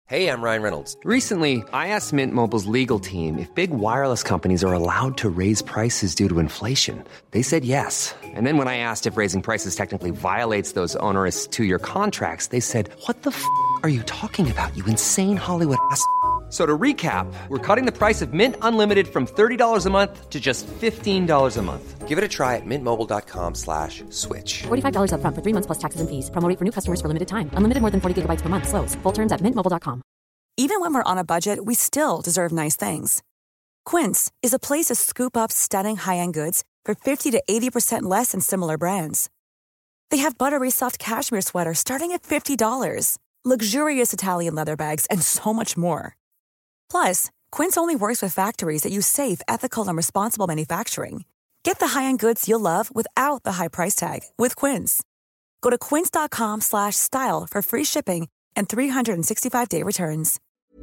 Hey, I'm Ryan Reynolds. Recently, I asked Mint Mobile's legal team if big wireless companies are allowed to raise prices due to inflation. They said yes. And then when I asked if raising prices technically violates those onerous two-year contracts, they said, "What the f*** are you talking about, you insane Hollywood ass?" So to recap, we're cutting the price of Mint Unlimited from $30 a month to just $15 a month. Give it a try at mintmobile.com/switch. $45 up front for 3 months plus taxes and fees. Promo rate for new customers for limited time. Unlimited more than 40 gigabytes per month. Slows full terms at mintmobile.com. Even when we're on a budget, we still deserve nice things. Quince is a place to scoop up stunning high-end goods for 50 to 80% less than similar brands. They have buttery soft cashmere sweaters starting at $50, luxurious Italian leather bags, and so much more. Plus, Quince only works with factories that use safe, ethical, and responsible manufacturing. Get the high-end goods you'll love without the high price tag with Quince. Go to quince.com/style for free shipping and 365-day returns.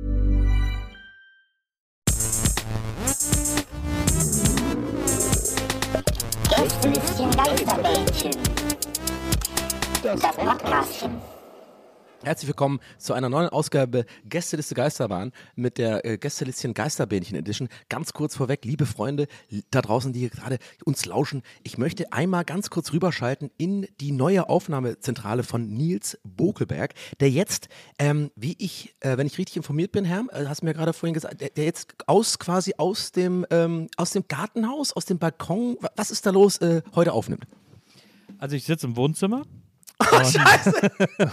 Gästelistchen Geisterbällchen. Das Podcastchen. Herzlich willkommen zu einer neuen Ausgabe Gästeliste Geisterbahn mit der Gästelistchen Geisterbähnchen Edition. Ganz kurz vorweg, liebe Freunde da draußen, die gerade uns lauschen, ich möchte einmal ganz kurz rüberschalten in die neue Aufnahmezentrale von Nils Bokelberg, der jetzt, wenn ich richtig informiert bin, Herr, hast du mir gerade vorhin gesagt, der jetzt quasi aus dem Gartenhaus, aus dem Balkon, was ist da los, heute aufnimmt? Also ich sitze im Wohnzimmer. Oh, Scheiße!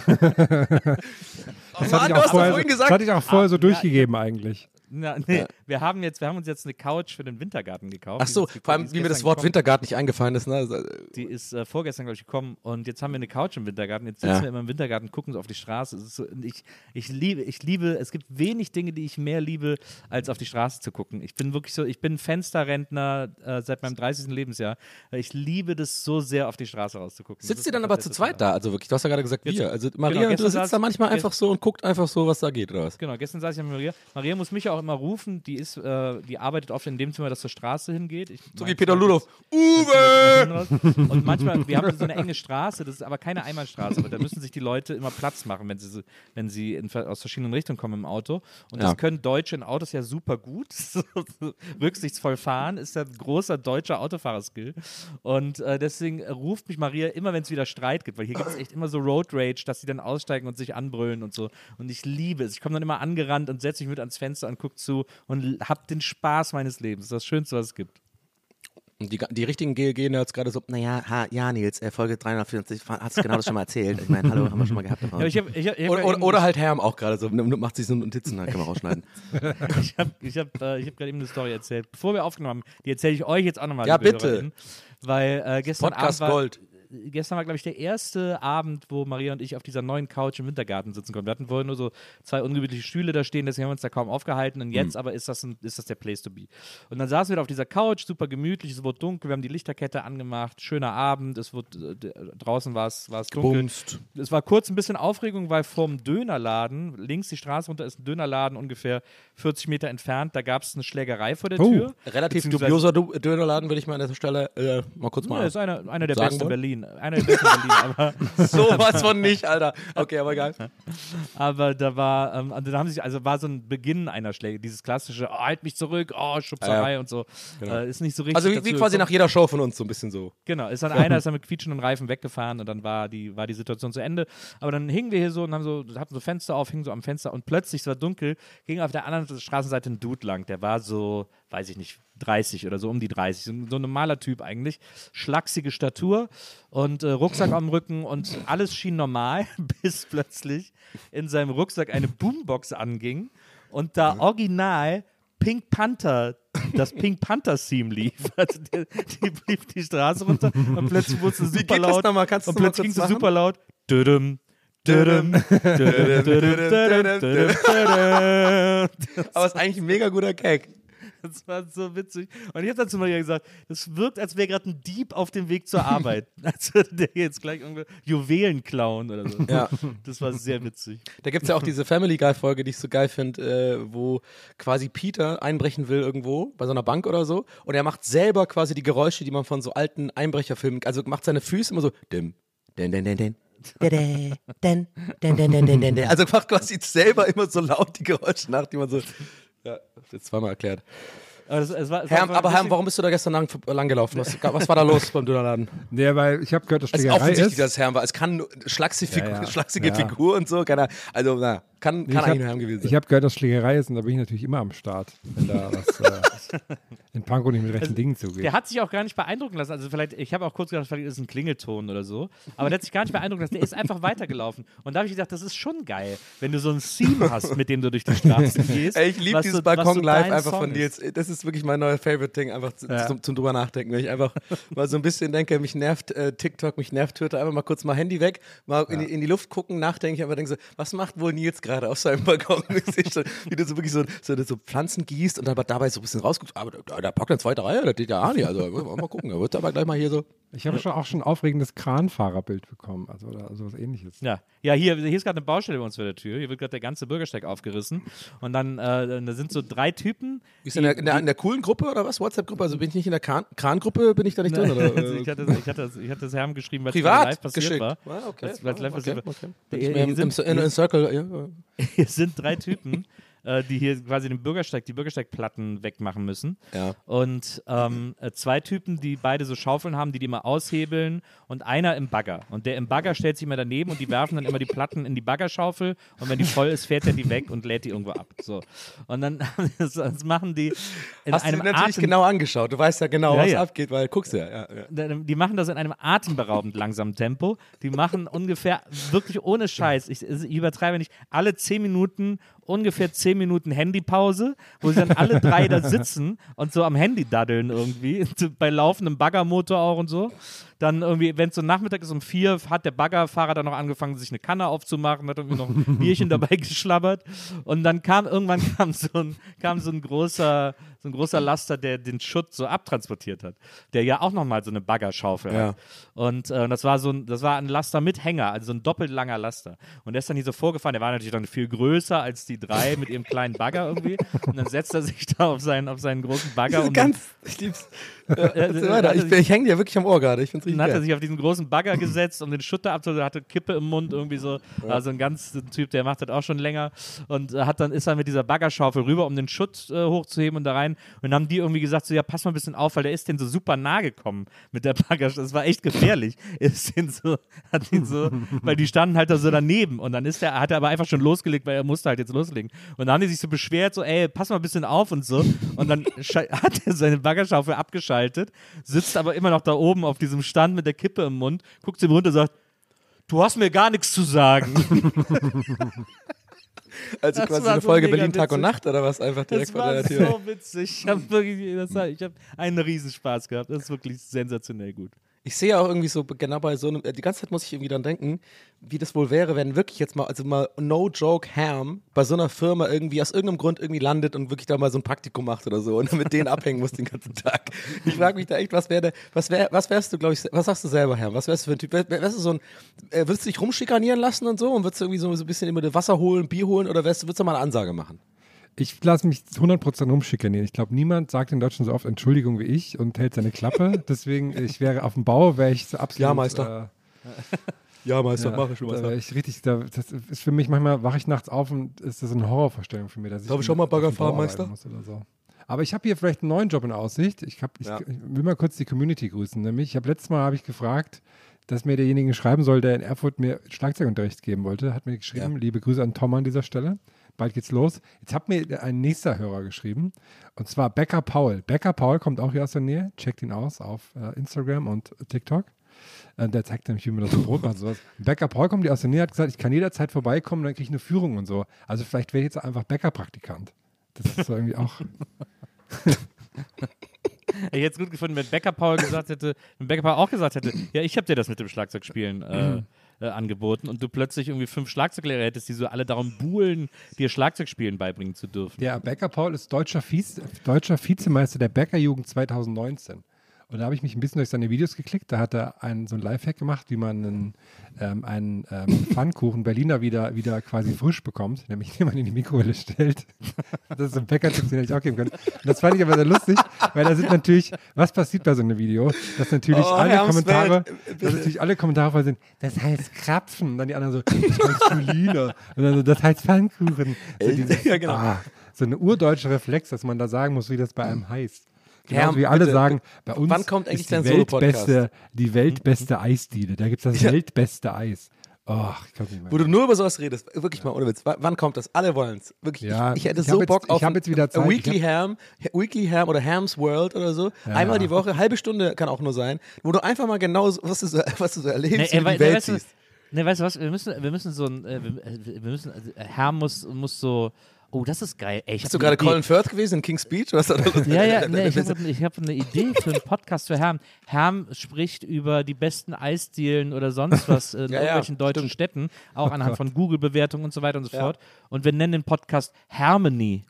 Das hatte ich auch vorher so durchgegeben eigentlich. Nee, wir haben uns jetzt eine Couch für den Wintergarten gekauft. Ach so, vor allem, wie mir das Wort Wintergarten nicht eingefallen ist. Ne? Die ist vorgestern, glaube ich, gekommen und jetzt haben wir eine Couch im Wintergarten. Jetzt sitzen wir immer im Wintergarten, gucken so auf die Straße. Es ist so, ich liebe, es gibt wenig Dinge, die ich mehr liebe, als auf die Straße zu gucken. Ich bin wirklich so, ich bin Fensterrentner seit meinem 30. Lebensjahr. Ich liebe das so sehr, auf die Straße rauszugucken. Sitzt ihr dann aber zu zweit da? Also wirklich, du hast ja gerade gesagt, wir. Also Maria, du sitzt da manchmal einfach so und guckt einfach so, was da geht, oder was? Genau, gestern saß ich mit Maria. Maria muss mich auch immer rufen, die arbeitet oft in dem Zimmer, das zur Straße hingeht. So wie Peter Ludlow. Uwe! Und manchmal, wir haben so eine enge Straße, das ist aber keine Einbahnstraße, aber da müssen sich die Leute immer Platz machen, wenn sie aus verschiedenen Richtungen kommen im Auto. Und das können Deutsche in Autos ja super gut. Rücksichtsvoll fahren ist ja ein großer deutscher Autofahrerskill. Und deswegen ruft mich Maria immer, wenn es wieder Streit gibt, weil hier gibt es echt immer so Road Rage, dass sie dann aussteigen und sich anbrüllen und so. Und ich liebe es. Ich komme dann immer angerannt und setze mich mit ans Fenster und gucke zu und hab den Spaß meines Lebens. Das ist das Schönste, was es gibt. Und die richtigen gehen jetzt gerade so, naja, Nils, Folge 340, hast du genau das schon mal erzählt? Ich meine, hallo, haben wir schon mal gehabt. Ja, oder halt Herm auch gerade so, macht sich so Notizen, dann kann man rausschneiden. Ich hab gerade eben eine Story erzählt, bevor wir aufgenommen haben, die erzähle ich euch jetzt auch nochmal. Ja, bitte. Weil gestern Podcast Abend Gold. Gestern war, glaube ich, der erste Abend, wo Maria und ich auf dieser neuen Couch im Wintergarten sitzen konnten. Wir hatten vorher nur so 2 ungemütliche Stühle da stehen, deswegen haben wir uns da kaum aufgehalten. Und jetzt aber ist das der Place to be. Und dann saßen wir da auf dieser Couch, super gemütlich, es wurde dunkel, wir haben die Lichterkette angemacht, schöner Abend, draußen war es dunkel. Gebumst. Es war kurz ein bisschen Aufregung, weil vom Dönerladen, links die Straße runter ist ein Dönerladen ungefähr 40 Meter entfernt, da gab es eine Schlägerei vor der Tür. Relativ dubioser Dönerladen, würde ich mal an dieser Stelle mal kurz mal das ist einer der sagen besten in wollen. Berlin. Einer der besten in Berlin, aber sowas von nicht, Alter. Okay, aber egal. Aber da war, war so ein Beginn einer Schläge, dieses klassische, halt mich zurück, Schubserei und so. Genau. Ist nicht so richtig. Also wie quasi nach jeder Show von uns so ein bisschen so. Genau, ist dann einer mit quietschenden Reifen weggefahren und dann war die Situation zu Ende. Aber dann hingen wir hier so und hatten so Fenster auf, hingen so am Fenster und plötzlich, es war dunkel, ging auf der anderen Straßenseite ein Dude lang, der war so, weiß ich nicht, 30 oder so, um die 30. So ein normaler Typ eigentlich. Schlachsige Statur und Rucksack am Rücken und alles schien normal, bis plötzlich in seinem Rucksack eine Boombox anging und da original das Pink Panther-Theme lief. Also die lief die Straße runter und plötzlich wurde es super laut. Und plötzlich ging es super laut. Dödüm. Aber es ist eigentlich ein mega guter Gag. Das war so witzig. Und ich habe dann zu Maria gesagt, das wirkt, als wäre gerade ein Dieb auf dem Weg zur Arbeit. Als würde der jetzt gleich irgendwie Juwelen klauen oder so. Ja. Das war sehr witzig. Da gibt es ja auch diese Family Guy-Folge, die ich so geil finde, wo quasi Peter einbrechen will irgendwo, bei so einer Bank oder so. Und er macht selber quasi die Geräusche, die man von so alten Einbrecherfilmen, also macht seine Füße immer so dim, den, Also macht quasi selber immer so laut die Geräusche nach, die man so. Ja, jetzt zweimal erklärt. Aber warum bist du da gestern lang gelaufen? Was war da los beim Dönerladen? Nee, weil ich habe gehört, dass es ist Schlägerei offensichtlich, ist. dass Herm war. Es kann schlachsige Figur und so. Kann eigentlich nur Herm gewesen sein. Ich habe gehört, dass Schlägerei ist und da bin ich natürlich immer am Start, wenn da was in Pankow nicht mit rechten Dingen zugeht. Der hat sich auch gar nicht beeindrucken lassen. Also vielleicht, ich habe auch kurz gedacht, vielleicht ist es ein Klingelton oder so. Aber der hat sich gar nicht beeindrucken lassen. Der ist einfach weitergelaufen. Und da habe ich gedacht, das ist schon geil, wenn du so ein Theme hast, mit dem du durch die Straßen gehst. Ey, ich liebe dieses Balkon Live einfach Song von dir. Das ist wirklich mein neuer Favorite-Ding, einfach zum drüber nachdenken. Wenn ich einfach mal so ein bisschen denke, mich nervt TikTok, mich nervt Twitter, einfach mal kurz mal Handy weg, mal in die Luft gucken, nachdenke ich, aber denke so, was macht wohl Nils gerade auf seinem Balkon? Ich sehe schon, wie du so wirklich so Pflanzen gießt und aber dabei so ein bisschen rausguckst, aber da packt eine zweite Reihe, das geht ja auch nicht, also mal gucken, da wird aber gleich mal hier so. Ich habe auch schon ein aufregendes Kranfahrerbild bekommen, also was Ähnliches. Ja, hier ist gerade eine Baustelle bei uns vor der Tür, hier wird gerade der ganze Bürgersteig aufgerissen und dann da sind so 3 Typen. Bist du in der coolen Gruppe oder was? WhatsApp-Gruppe? Also bin ich nicht in der Krangruppe, bin ich da nicht drin? Oder? Also ich hatte das Herrn geschrieben, weil es live passiert geschickt war. Ah, okay. Weil es live passiert war. Im Circle, ja. Hier sind 3 Typen, die hier quasi die Bürgersteigplatten wegmachen müssen. Ja. Und 2 Typen, die beide so Schaufeln haben, die immer aushebeln und einer im Bagger. Und der im Bagger stellt sich immer daneben und die werfen dann immer die Platten in die Baggerschaufel und wenn die voll ist, fährt er die weg und lädt die irgendwo ab. So. Und dann das machen die in Hast einem du dir natürlich genau angeschaut. Du weißt ja genau, was abgeht, weil guckst du ja. Die machen das in einem atemberaubend langsamen Tempo. Die machen ungefähr, wirklich ohne Scheiß, ich übertreibe nicht, alle 10 Minuten ungefähr 10 Minuten Handypause, wo sie dann alle 3 da sitzen und so am Handy daddeln irgendwie, bei laufendem Baggermotor auch und so. Dann irgendwie, wenn es so Nachmittag ist, um 4, hat der Baggerfahrer dann noch angefangen, sich eine Kanne aufzumachen, hat irgendwie noch ein Bierchen dabei geschlabbert. Und dann kam so ein großer Laster, der den Schutt so abtransportiert hat, der ja auch nochmal so eine Baggerschaufel hat. Und das war ein Laster mit Hänger, also so ein doppelt langer Laster. Und der ist dann hier so vorgefahren, der war natürlich dann viel größer als die 3 mit ihrem kleinen Bagger irgendwie. Und dann setzt er sich da auf seinen großen Bagger. Ich lieb's. Ich hänge dir wirklich am Ohr gerade. Ich find's richtig dann hat er geil. sich auf diesen großen Bagger gesetzt, um den Schutter abzuholen, hatte Kippe im Mund irgendwie so. Also ein Typ, der macht das auch schon länger. Und ist dann mit dieser Baggerschaufel rüber, um den Schutt hochzuheben und da rein. Und dann haben die irgendwie gesagt, so ja, pass mal ein bisschen auf, weil der ist denen so super nah gekommen mit der Baggerschaufel. Das war echt gefährlich. Weil die standen halt da so daneben. Und dann hat er aber einfach schon losgelegt, weil er musste halt jetzt loslegen. Und dann haben die sich so beschwert, so ey, pass mal ein bisschen auf und so. Und dann hat er seine Baggerschaufel abgeschaltet, sitzt aber immer noch da oben auf diesem Stand mit der Kippe im Mund, guckt sie ihm runter und sagt, du hast mir gar nichts zu sagen. Also quasi eine Folge Berlin Tag und Nacht oder was? Einfach direkt vor der Tür. Das war so witzig. Ich habe einen Riesenspaß gehabt. Das ist wirklich sensationell gut. Ich sehe auch irgendwie so, genau bei so einem, die ganze Zeit muss ich irgendwie dann denken, wie das wohl wäre, wenn wirklich jetzt mal, also mal no joke Herm bei so einer Firma irgendwie aus irgendeinem Grund irgendwie landet und wirklich da mal so ein Praktikum macht oder so und dann mit denen abhängen muss den ganzen Tag. Ich frage mich da echt, was wärst du, glaube ich, was sagst du selber, Herm? Was wärst du für ein Typ? Wärst du so würdest du dich rumschikanieren lassen und so und würdest du irgendwie so ein bisschen immer das Wasser holen, Bier holen oder würdest du mal eine Ansage machen? Ich lasse mich 100% rumschikanieren. Ich glaube, niemand sagt in Deutschland so oft Entschuldigung wie ich und hält seine Klappe. Deswegen, ich wäre auf dem Bau, wäre ich so absolut... Ja, Meister. Ja, Meister, mache ich schon was. Das ist für mich, manchmal wache ich nachts auf und ist das eine Horrorvorstellung für mich. Darf ich schon mal Bagger fahren, Meister? So. Aber ich habe hier vielleicht einen neuen Job in Aussicht. Ich will mal kurz die Community grüßen. Nämlich, letztes Mal gefragt, dass mir derjenige schreiben soll, der in Erfurt mir Schlagzeugunterricht geben wollte. Hat mir geschrieben, liebe Grüße an Tom an dieser Stelle. Bald geht's los. Jetzt hat mir ein nächster Hörer geschrieben, und zwar Becker Paul. Becker Paul kommt auch hier aus der Nähe. Checkt ihn aus auf Instagram und TikTok. Der zeigt nämlich, wie man das so Brot macht. Sowas. Becker Paul kommt hier aus der Nähe, hat gesagt, ich kann jederzeit vorbeikommen, dann kriege ich eine Führung und so. Also vielleicht wäre ich jetzt einfach Bäckerpraktikant. Das ist so irgendwie auch... Ich hätte es gut gefunden, wenn Becker Paul auch gesagt hätte, ja, ich habe dir das mit dem Schlagzeugspielen angeboten und du plötzlich irgendwie 5 Schlagzeuglehrer hättest, die so alle darum buhlen, dir Schlagzeugspielen beibringen zu dürfen. Ja, Becker Paul ist deutscher Vizemeister der Bäckerjugend 2019. Und da habe ich mich ein bisschen durch seine Videos geklickt. Da hat er so ein Lifehack gemacht, wie man einen Pfannkuchen Berliner wieder quasi frisch bekommt, nämlich indem man ihn in die Mikrowelle stellt. Das ist so ein Bäcker-Tipp, den ich auch geben kann. Und das fand ich aber sehr lustig, weil da sind natürlich, was passiert bei so einem Video, dass natürlich alle Kommentare voll sind, das heißt Krapfen. Und dann die anderen so, das heißt Julina. Und dann so, das heißt Pfannkuchen. So genau. So eine urdeutsche Reflex, dass man da sagen muss, wie das bei einem heißt. Genauso wie alle sagen, bei uns wann kommt eigentlich ist dein Solo-Podcast? Die weltbeste Eisdiele. Da gibt es das weltbeste Eis. Oh, ich kann nicht mehr. Wo du nur über sowas redest, wirklich mal ohne Witz. Wann kommt das? Alle wollen es. Wirklich. Ja, ich hätte so Bock auf jetzt wieder Zeit. Weekly Ham oder Ham's World oder so. Ja. Einmal die Woche, halbe Stunde kann auch nur sein, wo du einfach mal genau was du so erlebst, wie du die Welt siehst. Weißt du was? Wir müssen so ein, Ham muss so. Oh, das ist geil. Ey, bist du gerade Colin Firth gewesen in King's Speech? Was ja, nee, ich hab eine Idee für einen Podcast für Herm. Herm spricht über die besten Eisdielen oder sonst was in irgendwelchen deutschen Städten, auch anhand von Google-Bewertungen und so weiter und so fort. Und wir nennen den Podcast Harmony.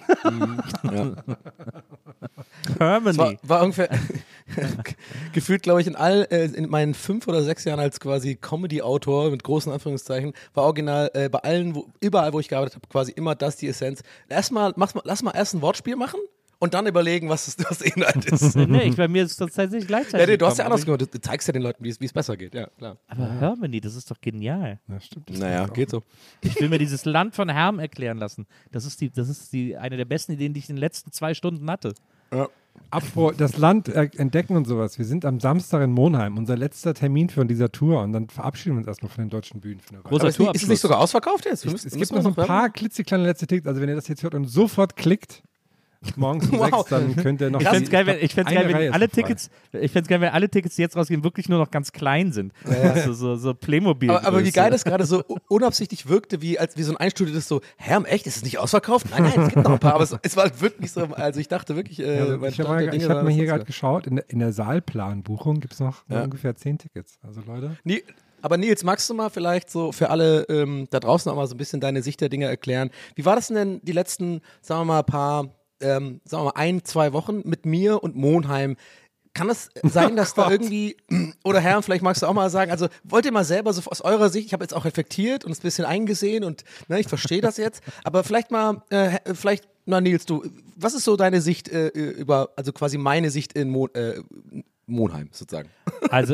Harmony. War ungefähr gefühlt, glaube ich, in meinen 5 oder 6 Jahren als quasi Comedy-Autor mit großen Anführungszeichen, war original bei allen, überall, wo ich gearbeitet habe, quasi immer das die Essenz. Lass mal erst ein Wortspiel machen und dann überlegen, was der Inhalt ist. Nee, bei mir ist das tatsächlich gleichzeitig. Ja, du hast ja anders gemacht. Du zeigst ja den Leuten, wie es besser geht. Ja, klar. Aber Harmony, das ist doch genial. Ja, stimmt. Naja, geht so. Ich will mir dieses Land von Herm erklären lassen. Das ist eine der besten Ideen, die ich in den letzten 2 Stunden hatte. Ja. Apropos das Land entdecken und sowas. Wir sind am Samstag in Monheim, unser letzter Termin für dieser Tour, und dann verabschieden wir uns erstmal von den deutschen Bühnen. Großer Ist es nicht sogar ausverkauft jetzt? Es gibt noch so ein paar klitzekleine letzte Tickets. Also wenn ihr das jetzt hört und sofort klickt, morgens um 6, dann könnt ihr noch. Ich fände es geil, wenn alle Tickets, die jetzt rausgehen, wirklich nur noch ganz klein sind. Also so Playmobil. Aber wie geil das gerade so unabsichtlich wirkte, wie so ein einstudiertes so, Herm, echt, ist es nicht ausverkauft? Nein, es gibt noch ein paar, aber es war wirklich so, also ich dachte wirklich, ich habe mal hier gerade geschaut, in der Saalplanbuchung gibt es noch ungefähr 10 Tickets. Also Leute. Aber Nils, magst du mal vielleicht so für alle da draußen auch mal so ein bisschen deine Sicht der Dinge erklären? Wie war das denn die letzten, sagen wir mal, 1-2 Wochen mit mir und Monheim? Kann es sein, dass da irgendwie, oder Herr, vielleicht magst du auch mal sagen, also wollt ihr mal selber so aus eurer Sicht, ich habe jetzt auch reflektiert und es ein bisschen eingesehen und ich verstehe das jetzt, aber vielleicht mal, Nils, was ist so deine Sicht also quasi meine Sicht in Monheim sozusagen? Also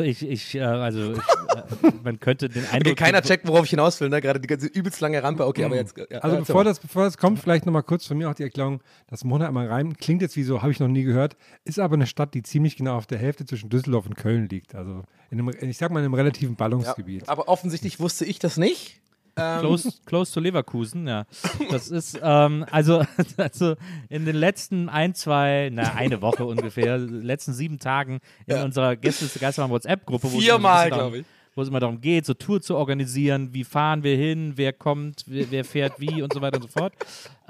man könnte den Eindruck... Okay, keiner checkt, worauf ich hinaus will, ne? Gerade die ganze übelst lange Rampe, okay, aber jetzt... Ja, also bevor das kommt, vielleicht nochmal kurz von mir auch die Erklärung, dass Monheim am Rhein klingt jetzt wie so, habe ich noch nie gehört, ist aber eine Stadt, die ziemlich genau auf der Hälfte zwischen Düsseldorf und Köln liegt, also in einem relativen Ballungsgebiet. Ja, aber offensichtlich wusste ich das nicht. Close to Leverkusen, ja. Das ist, also in den letzten eine Woche ungefähr, letzten 7 Tagen in unserer Gästeliste Geisterbahn WhatsApp-Gruppe, 4-mal, glaube ich, wo es immer darum geht, so Tour zu organisieren, wie fahren wir hin, wer kommt, wer fährt wie und so weiter und so fort.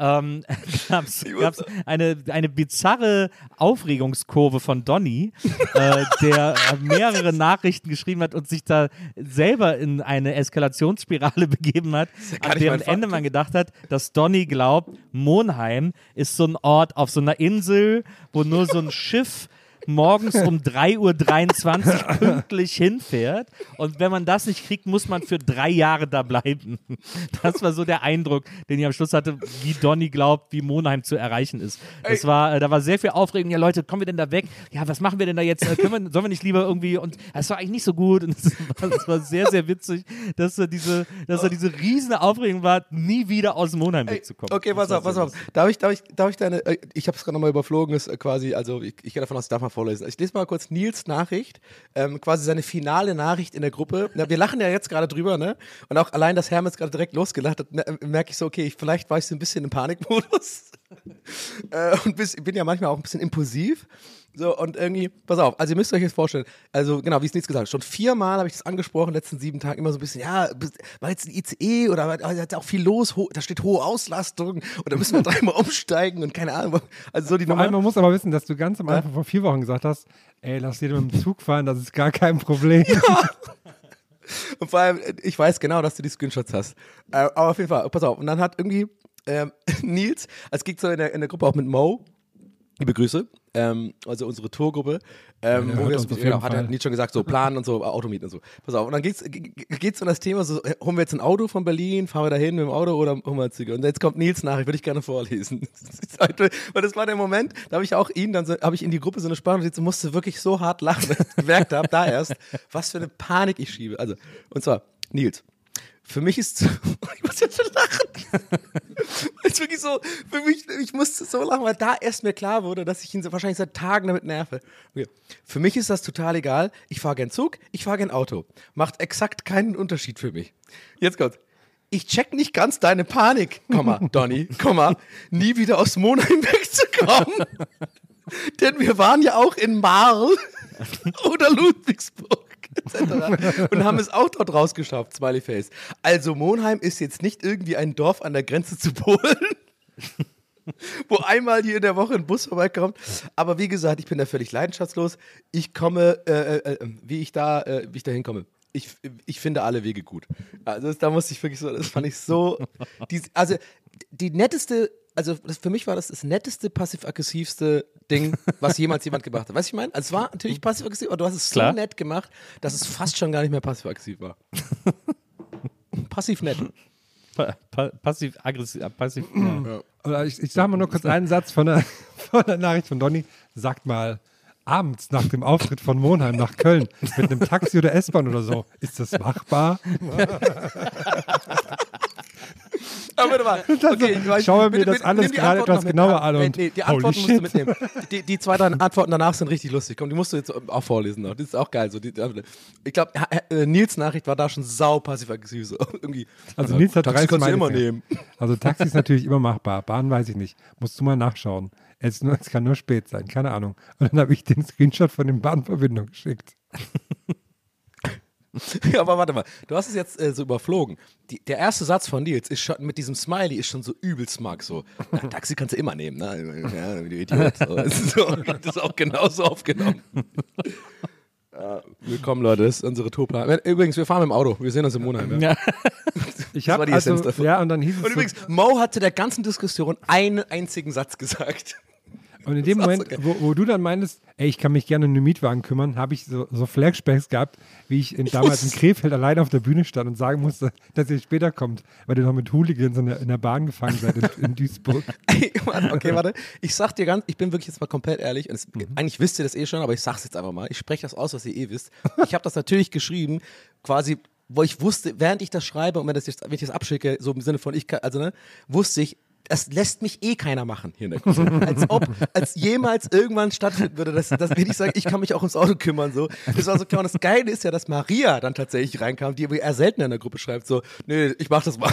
Gab's eine bizarre Aufregungskurve von Donny, der mehrere Nachrichten geschrieben hat und sich da selber in eine Eskalationsspirale begeben hat, an deren Ende man gedacht hat, dass Donny glaubt, Monheim ist so ein Ort auf so einer Insel, wo nur so ein Schiff morgens um 3:23 Uhr pünktlich hinfährt, und wenn man das nicht kriegt, muss man für 3 Jahre da bleiben. Das war so der Eindruck, den ich am Schluss hatte, wie Donny glaubt, wie Monheim zu erreichen ist. Da war sehr viel Aufregung. Ja, Leute, kommen wir denn da weg? Ja, was machen wir denn da jetzt? Sollen wir nicht lieber irgendwie? Und das war eigentlich nicht so gut. Und es war sehr, sehr witzig, dass da diese riesen Aufregung war, nie wieder aus Monheim wegzukommen. Okay, pass auf. Darf ich deine, ich habe es gerade nochmal überflogen, ist quasi, also ich gehe davon aus, ich darf mal vorlesen. Ich lese mal kurz Nils Nachricht, quasi seine finale Nachricht in der Gruppe. Wir lachen ja jetzt gerade drüber, ne? Und auch allein, dass Herm jetzt gerade direkt losgelacht hat, merke ich so, okay, vielleicht war ich so ein bisschen im Panikmodus. Und bin ja manchmal auch ein bisschen impulsiv. So, und irgendwie, pass auf, also ihr müsst euch jetzt vorstellen, also genau, wie es Nils gesagt hat, schon 4-mal habe ich das angesprochen in den letzten 7 Tagen, immer so ein bisschen, ja, war jetzt ein ICE oder hat auch viel los, da steht hohe Auslastung und da müssen wir 3-mal umsteigen und keine Ahnung. Also so die Nummer. Man muss aber wissen, dass du ganz am Anfang vor 4 Wochen gesagt hast, ey, lass dir mit dem Zug fahren, das ist gar kein Problem. Ja. Und vor allem, ich weiß genau, dass du die Screenshots hast. Aber auf jeden Fall, pass auf, und dann hat irgendwie Nils, es ging so in der Gruppe auch mit Mo, Liebe Grüße, also unsere Tourgruppe, der wo hört wir uns es, auf jeden hat Fall. er nicht schon gesagt, so planen und so, Automieten und so. Pass auf, und dann geht's um das Thema, so, holen wir jetzt ein Auto von Berlin, fahren wir dahin mit dem Auto oder holen wir ein Züge? Und jetzt kommt Nils Nachricht, würde ich gerne vorlesen. Weil das war der Moment, da habe ich auch ihn, dann habe ich in die Gruppe so eine Sprachnachricht, musste wirklich so hart lachen, weil ich gemerkt habe, da erst, was für eine Panik ich schiebe. Also, und zwar, Nils. Für mich ist, ich muss jetzt schon lachen. Es ist wirklich so, für mich, ich musste so lachen, weil da erst mir klar wurde, dass ich ihn so wahrscheinlich seit Tagen damit nerve. Okay. Für mich ist das total egal. Ich fahre gern Zug, ich fahre gern Auto. Macht exakt keinen Unterschied für mich. Jetzt kommt's. Ich check nicht ganz deine Panik, Donny, nie wieder aus Monheim wegzukommen. Denn wir waren ja auch in Marl oder Ludwigsburg. Etc. Und haben es auch dort rausgeschafft, Smiley Face. Also Monheim ist jetzt nicht irgendwie ein Dorf an der Grenze zu Polen, wo einmal hier in der Woche ein Bus vorbeikommt. Aber wie gesagt, ich bin da völlig leidenschaftslos. Ich komme, wie ich da hinkomme. Ich finde alle Wege gut. Also da musste ich wirklich so, das fand ich so, die netteste, also für mich war das netteste, passiv-aggressivste Ding, was jemals jemand gemacht hat. Weißt du, ich meine? Also es war natürlich passiv-aggressiv, aber du hast es so nett gemacht, dass es fast schon gar nicht mehr passiv-aggressiv war. Passiv-nett. Passiv-aggressiv, passiv. Ja. Oder ich sage mal nur kurz einen Satz von der Nachricht von Donny. Sagt mal, abends nach dem Auftritt von Monheim nach Köln mit einem Taxi oder S-Bahn oder so, ist das machbar? Aber warte mal. Okay, Schaue mir das alles gerade etwas genauer an. Und die Antworten musst du mitnehmen. Die 2, 3 Antworten danach sind richtig lustig. Komm, die musst du jetzt auch vorlesen. Noch. Das ist auch geil. So, ich glaube, Nils Nachricht war da schon sau passiv-aggressiv. So. Irgendwie. Also Nils hat Taxi 30 kannst du immer Mal nehmen. Also Taxi ist natürlich immer machbar. Bahn weiß ich nicht. Musst du mal nachschauen. Es kann nur spät sein. Keine Ahnung. Und dann habe ich den Screenshot von den Bahnverbindungen geschickt. Ja, aber warte mal, du hast es jetzt so überflogen. Der erste Satz von Nils ist schon mit diesem Smiley ist schon so übelst smug. So, Taxi kannst du immer nehmen, ne? Ja, du Idiot. So, das ist auch genauso aufgenommen. Ja, willkommen, Leute, das ist unsere Tourplan. Übrigens, wir fahren mit dem Auto. Wir sehen uns im Monheim. Ja. Ich habe also, ja, und dann hieß es. Und übrigens, Mo hat zu der ganzen Diskussion einen einzigen Satz gesagt. Und in dem Moment, wo du dann meintest, ey, ich kann mich gerne um einen Mietwagen kümmern, habe ich so Flashbacks gehabt, wie ich damals in Krefeld allein auf der Bühne stand und sagen musste, dass ihr später kommt, weil ihr noch mit Hooligans in der Bahn gefangen seid in Duisburg. Okay, warte. Ich sag dir ganz, ich bin wirklich jetzt mal komplett ehrlich, und eigentlich wisst ihr das eh schon, aber ich sag's jetzt einfach mal. Ich spreche das aus, was ihr eh wisst. Ich habe das natürlich geschrieben, quasi, wo ich wusste, während ich das schreibe und wenn ich das abschicke, so im Sinne von wusste ich, das lässt mich eh keiner machen hier in der Küche. Als jemals irgendwann stattfinden würde, dass wenn ich sage, ich kann mich auch ums Auto kümmern. So. Das war so klar. Und das Geile ist ja, dass Maria dann tatsächlich reinkam, die eher selten in der Gruppe schreibt, so, nee, ich mach das mal.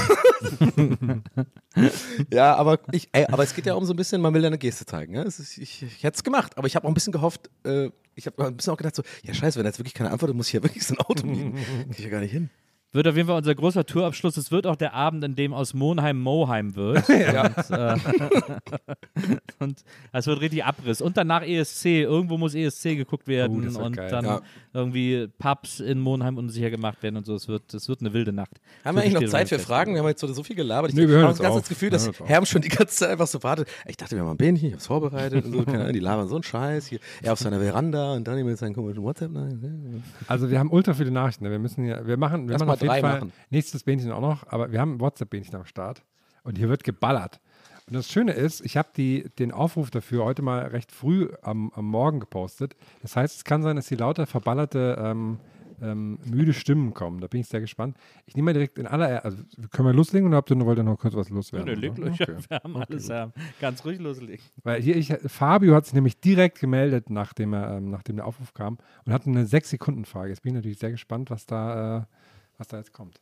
Ja, aber es geht ja um so ein bisschen, man will ja eine Geste zeigen. Ne? Ich hätte es gemacht, aber ich habe auch ein bisschen gehofft, ich habe ein bisschen auch gedacht, so, ja scheiße, wenn er jetzt wirklich keine Antwort hat, muss ich ja wirklich so ein Auto mieten. Krieg ich ja gar nicht hin. Wird auf jeden Fall unser großer Tourabschluss. Es wird auch der Abend, in dem aus Monheim Moheim wird. Ja. Und es wird richtig Abriss. Und danach ESC. Irgendwo muss ESC geguckt werden. Und geil. dann irgendwie Pubs in Monheim unsicher gemacht werden und so. Es wird eine wilde Nacht. Haben wir eigentlich noch Zeit für Fragen? Wir haben jetzt so viel gelabert. Ich wir habe das Gefühl, dass Herm schon die ganze Zeit einfach so wartet. Ich dachte, wir haben ein Bähnchen, ich habe es vorbereitet und so. Keine Ahnung, die labern so einen Scheiß. Hier, er auf seiner Veranda und dann mit seinen komischen WhatsApp. Also wir haben ultra viele Nachrichten. Wir machen auf jeden Fall machen. nächstes Bähnchen auch noch, aber wir haben ein WhatsApp-Bähnchen am Start und hier wird geballert. Und das Schöne ist, ich habe den Aufruf dafür heute mal recht früh am Morgen gepostet. Das heißt, es kann sein, dass hier lauter verballerte müde Stimmen kommen. Da bin ich sehr gespannt. Ich nehme mal direkt also können wir loslegen oder wollt ihr noch kurz was loswerden? Nee, okay. Wir haben alles ganz ruhig loslegen. Weil Fabio hat sich nämlich direkt gemeldet, nachdem der Aufruf kam und hat eine 6-Sekunden-Frage. Jetzt bin ich natürlich sehr gespannt, was da jetzt kommt.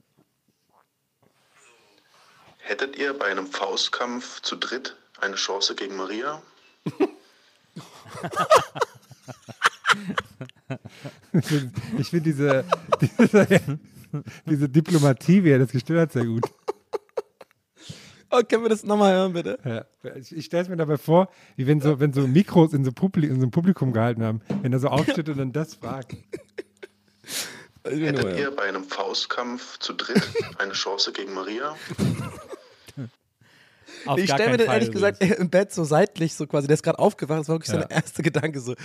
Hättet ihr bei einem Faustkampf zu dritt eine Chance gegen Maria? Ich finde diese Diplomatie, wie er das gestellt hat, sehr gut. Oh, können wir das nochmal hören, bitte? Ja. Ich stelle es mir dabei vor, wie wenn so Mikros in so einem Publikum gehalten haben, wenn er so aufsteht und dann das fragt. Hättet ihr bei einem Faustkampf zu dritt eine Chance gegen Maria? Auf Ich gar stelle mir keinen den ehrlich Fall gesagt im Bett so seitlich, so quasi, der ist gerade aufgewacht, das war wirklich so der erste Gedanke, so,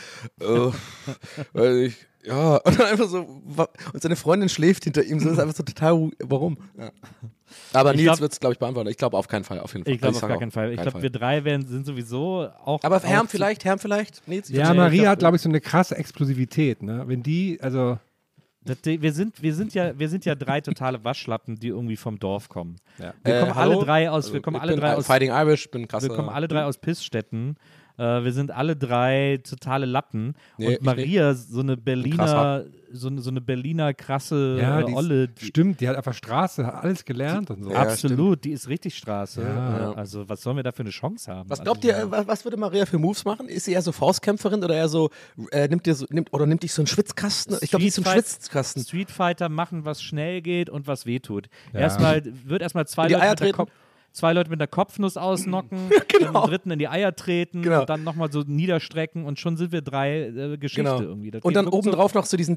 weiß ich, ja, und dann einfach so, und seine Freundin schläft hinter ihm, so, das ist einfach so total, warum? Ja. Aber Nils wird es, glaube ich, beantworten. Ich glaube auf keinen Fall, auf jeden Fall. Ich glaube Also auf gar keinen Fall. Ich glaube, wir drei sind sowieso auch. Aber Herm vielleicht, Nils? Ja, Maria hat, glaube ich, so eine krasse Explosivität, ne? Wenn die, also. Wir sind ja drei totale Waschlappen, die irgendwie vom Dorf kommen. Ja. Wir kommen alle drei aus. Fighting Irish, bin krasser. Wir kommen alle drei aus Pissstätten. Wir sind alle drei totale Lappen. Nee, und Maria, so eine Berliner, so eine Berliner krasse Olle. Stimmt, die hat einfach Straße, hat alles gelernt und so. Ja, Absolut, die ist richtig Straße. Ja. Also was sollen wir da für eine Chance haben? Was glaubt ihr, was würde Maria für Moves machen? Ist sie eher so Faustkämpferin oder eher so, nimmt dich so einen Schwitzkasten? Ich glaube, die ist so ein Schwitzkasten. Street Fighter machen, was schnell geht und was wehtut. Ja. Wird erstmal zwei die Leute Eier mit der treten? zwei Leute mit der Kopfnuss ausnocken, Genau. dann den dritten in die Eier treten Genau. und dann nochmal so niederstrecken und schon sind wir drei Geschichte irgendwie. Das Und geht dann wirklich obendrauf noch so diesen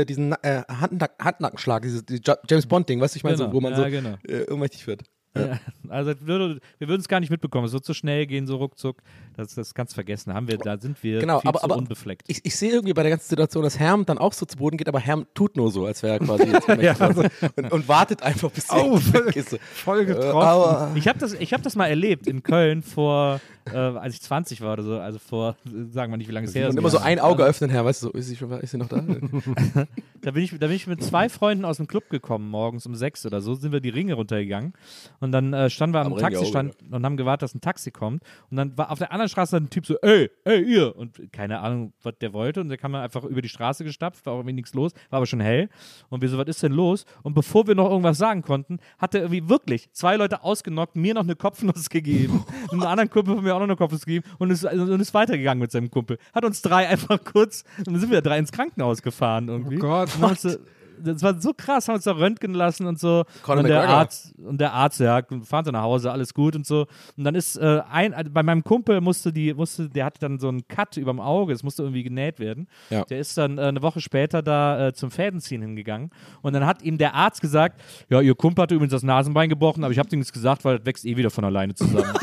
Handnackenschlag, dieses James Bond-Ding, weißt du, ich meine, Genau. so, wo man Ja, genau. ohnmächtig wird. Ja, also wir würden es gar nicht mitbekommen. Es wird so schnell gehen, so ruckzuck. Das kannst du vergessen. Da sind wir Genau, viel aber zu unbefleckt. Ich sehe irgendwie bei der ganzen Situation, dass Herm dann auch so zu Boden geht, aber Herm tut nur so, als wäre er quasi jetzt und wartet einfach, bis er weg ist. Voll getroffen. Ich hab das mal erlebt in Köln als ich 20 war oder so. Also vor, sagen wir nicht, wie lange es her ist. Und immer so ein Auge öffnen, Herr, weißt du, so, ist sie noch da? Da bin ich mit 2 Freunden aus dem Club gekommen, morgens um 6 oder so, sind wir die Ringe runtergegangen und dann standen wir am Taxistand und haben gewartet, dass ein Taxi kommt und dann war auf der anderen Straße ein Typ so, ey, ihr, und keine Ahnung, was der wollte und der kam dann einfach über die Straße gestapft, war irgendwie nichts los, war aber schon hell und wir so, was ist denn los? Und bevor wir noch irgendwas sagen konnten, hat er irgendwie wirklich 2 Leute ausgenockt, mir noch eine Kopfnuss gegeben und einem anderen Kumpel von mir auch noch eine Kopfnuss gegeben und ist weitergegangen mit seinem Kumpel. Hat uns 3 einfach kurz, und dann sind wir 3 ins Krankenhaus gefahren irgendwie. Oh Gott, Das war so krass, haben uns da röntgen lassen und so. Conor Und der McGregor. Arzt, ja, fahren sie nach Hause, alles gut und so. Und dann ist bei meinem Kumpel der hatte dann so einen Cut überm Auge, es musste irgendwie genäht werden. Ja. Der ist dann eine Woche später da zum Fädenziehen hingegangen. Und dann hat ihm der Arzt gesagt, ja, ihr Kumpel hatte übrigens das Nasenbein gebrochen, aber ich habe dir nichts gesagt, weil das wächst eh wieder von alleine zusammen.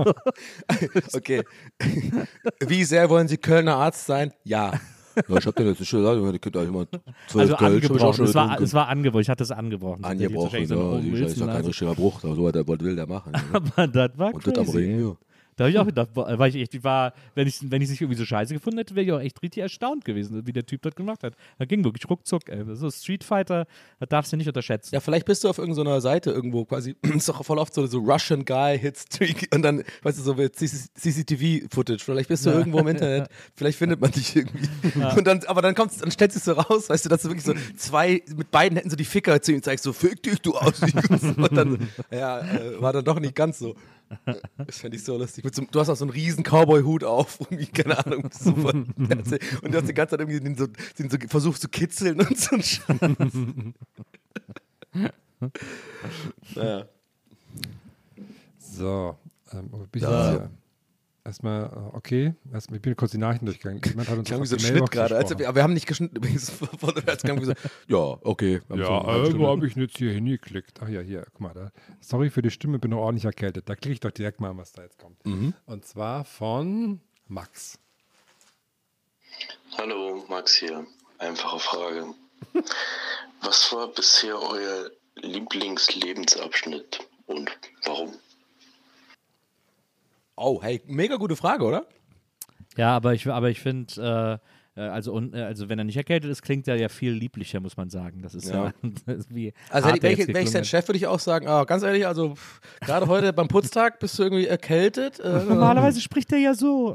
Okay. Wie sehr wollen Sie Kölner Arzt sein? Ja. Ja, ich hab dir jetzt nicht gesagt, ihr könnt euch mal 12 Also Kölsch, angebrochen, es war angebrochen, ich hatte es angebrochen. Angebrochen, So eine ja, ist ja kein richtiger Bruch, so was will der machen. Aber das war Und das am crazy. Ring, ja. Da habe ich auch gedacht, wenn ich es nicht irgendwie so scheiße gefunden hätte, wäre ich auch echt richtig erstaunt gewesen, wie der Typ das gemacht hat. Da ging wirklich ruckzuck, ey. So Street Fighter, das darfst du nicht unterschätzen. Ja, vielleicht bist du auf irgendeiner Seite irgendwo quasi, ist doch voll oft so Russian Guy Hitstreak und dann, weißt du, so mit CCTV-Footage. Vielleicht bist du irgendwo im Internet, vielleicht findet man dich irgendwie. Ja. Und dann, aber dann stellst du es so raus, weißt du, dass du wirklich so 2 mit beiden Händen so die Ficker zu ihm zeigst, so fick dich, du Aussicht. Und dann, war dann doch nicht ganz so. Das fände ich so lustig. Du hast auch so einen riesen Cowboy-Hut auf, irgendwie, keine Ahnung. Super. Und du hast die ganze Zeit irgendwie den so versucht zu kitzeln und so ein Scheiß. Naja. So, bin ich jetzt hier. Erstmal, okay. Ich bin kurz die Nachrichten durchgegangen. Jemand hat uns Klang wie so ein auf die Schnitt Mailbox gerade. gesprochen. Aber wir haben nicht geschnitten übrigens. Als klang wie so, ja, okay. Wo habe ich jetzt hier hingeklickt? Ach ja, hier, guck mal. Da. Sorry für die Stimme, bin noch ordentlich erkältet. Da klicke ich doch direkt mal, was da jetzt kommt. Und zwar von Max. Hallo, Max hier. Einfache Frage. Was war bisher euer Lieblingslebensabschnitt und warum? Oh, hey, mega gute Frage, oder? Ja, aber ich finde, also wenn er nicht erkältet ist, klingt er ja viel lieblicher, muss man sagen. Das ist ja das ist wie. Also wäre ich sein Chef, würde ich auch sagen, ganz ehrlich, also gerade heute beim Putztag bist du irgendwie erkältet. Normalerweise spricht er ja so.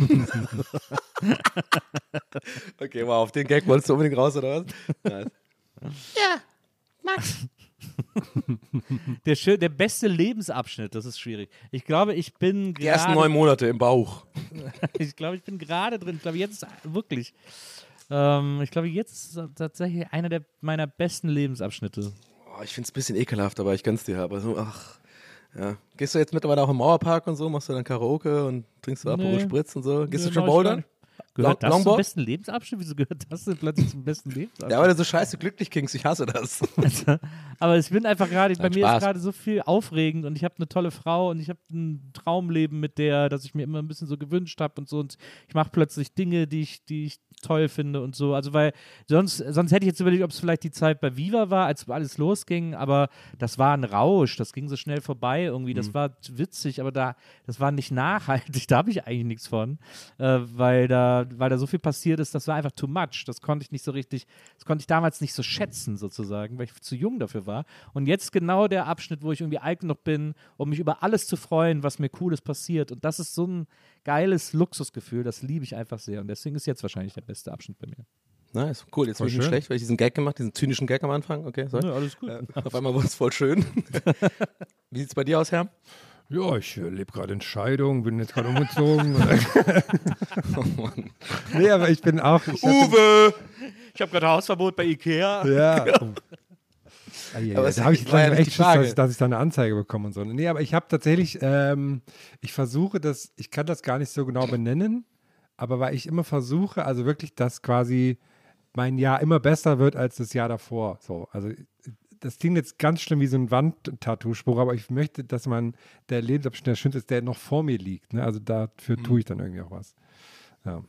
Okay, wow, auf den Gag wolltest du unbedingt raus, oder was? Nice. Ja, Max. Der beste Lebensabschnitt, das ist schwierig. Ich glaube, ich bin gerade. Die ersten 9 Monate im Bauch. Ich glaube, ich bin gerade drin. Ich glaube, jetzt wirklich. Ich glaube, jetzt ist tatsächlich einer meiner besten Lebensabschnitte. Oh, ich finde es ein bisschen ekelhaft, aber ich gönn's dir. Aber so, ja. Gehst du jetzt mittlerweile auch im Mauerpark und so? Machst du dann Karaoke und trinkst du Aperol Spritz und so? Gehst du schon bouldern? Gehört das zum Longboard? besten Lebensabschnitt? Wieso gehört das denn plötzlich zum besten Lebensabschnitt? Ja, weil du so scheiße glücklich klingst, ich hasse das. Aber ich bin einfach gerade, bei mir Spaß. ist gerade so viel aufregend und ich habe eine tolle Frau und ich habe ein Traumleben mit der, das ich mir immer ein bisschen so gewünscht habe und so, und ich mache plötzlich Dinge, die ich toll finde und so. Also weil sonst hätte ich jetzt überlegt, ob es vielleicht die Zeit bei Viva war, als alles losging, aber das war ein Rausch, das ging so schnell vorbei irgendwie, das war witzig, aber das war nicht nachhaltig, da habe ich eigentlich nichts von, weil da so viel passiert ist, das war einfach too much, das konnte ich damals nicht so schätzen sozusagen, weil ich zu jung dafür war, und jetzt genau der Abschnitt, wo ich irgendwie alt genug bin, um mich über alles zu freuen, was mir Cooles passiert, und das ist so ein geiles Luxusgefühl, das liebe ich einfach sehr, und deswegen ist jetzt wahrscheinlich der beste Abschnitt bei mir. Nice, cool. Jetzt bin ich nicht schlecht, weil ich diesen Gag gemacht, diesen zynischen Gag am Anfang. Okay, sorry. Ja, alles gut. Auf einmal wurde es voll schön. Wie sieht es bei dir aus, Herr? Ja, ich lebe gerade in Scheidung, bin jetzt gerade umgezogen. Oh Mann. Nee, aber ich bin auch... Uwe! Ich habe gerade Hausverbot bei Ikea. Ja. Aber Da habe ich war ja jetzt nicht echt die Frage. Schiss, dass ich da eine Anzeige bekomme und so. Nee, aber ich habe tatsächlich, ich versuche das, ich kann das gar nicht so genau benennen, aber weil ich immer versuche, also wirklich, dass quasi mein Jahr immer besser wird als das Jahr davor. So, also das klingt jetzt ganz schlimm wie so ein Wandtattoo-Spruch, aber ich möchte, dass der Lebensabschnitt der schönste ist, der noch vor mir liegt. Ne? Also dafür tue ich dann irgendwie auch was. Ja.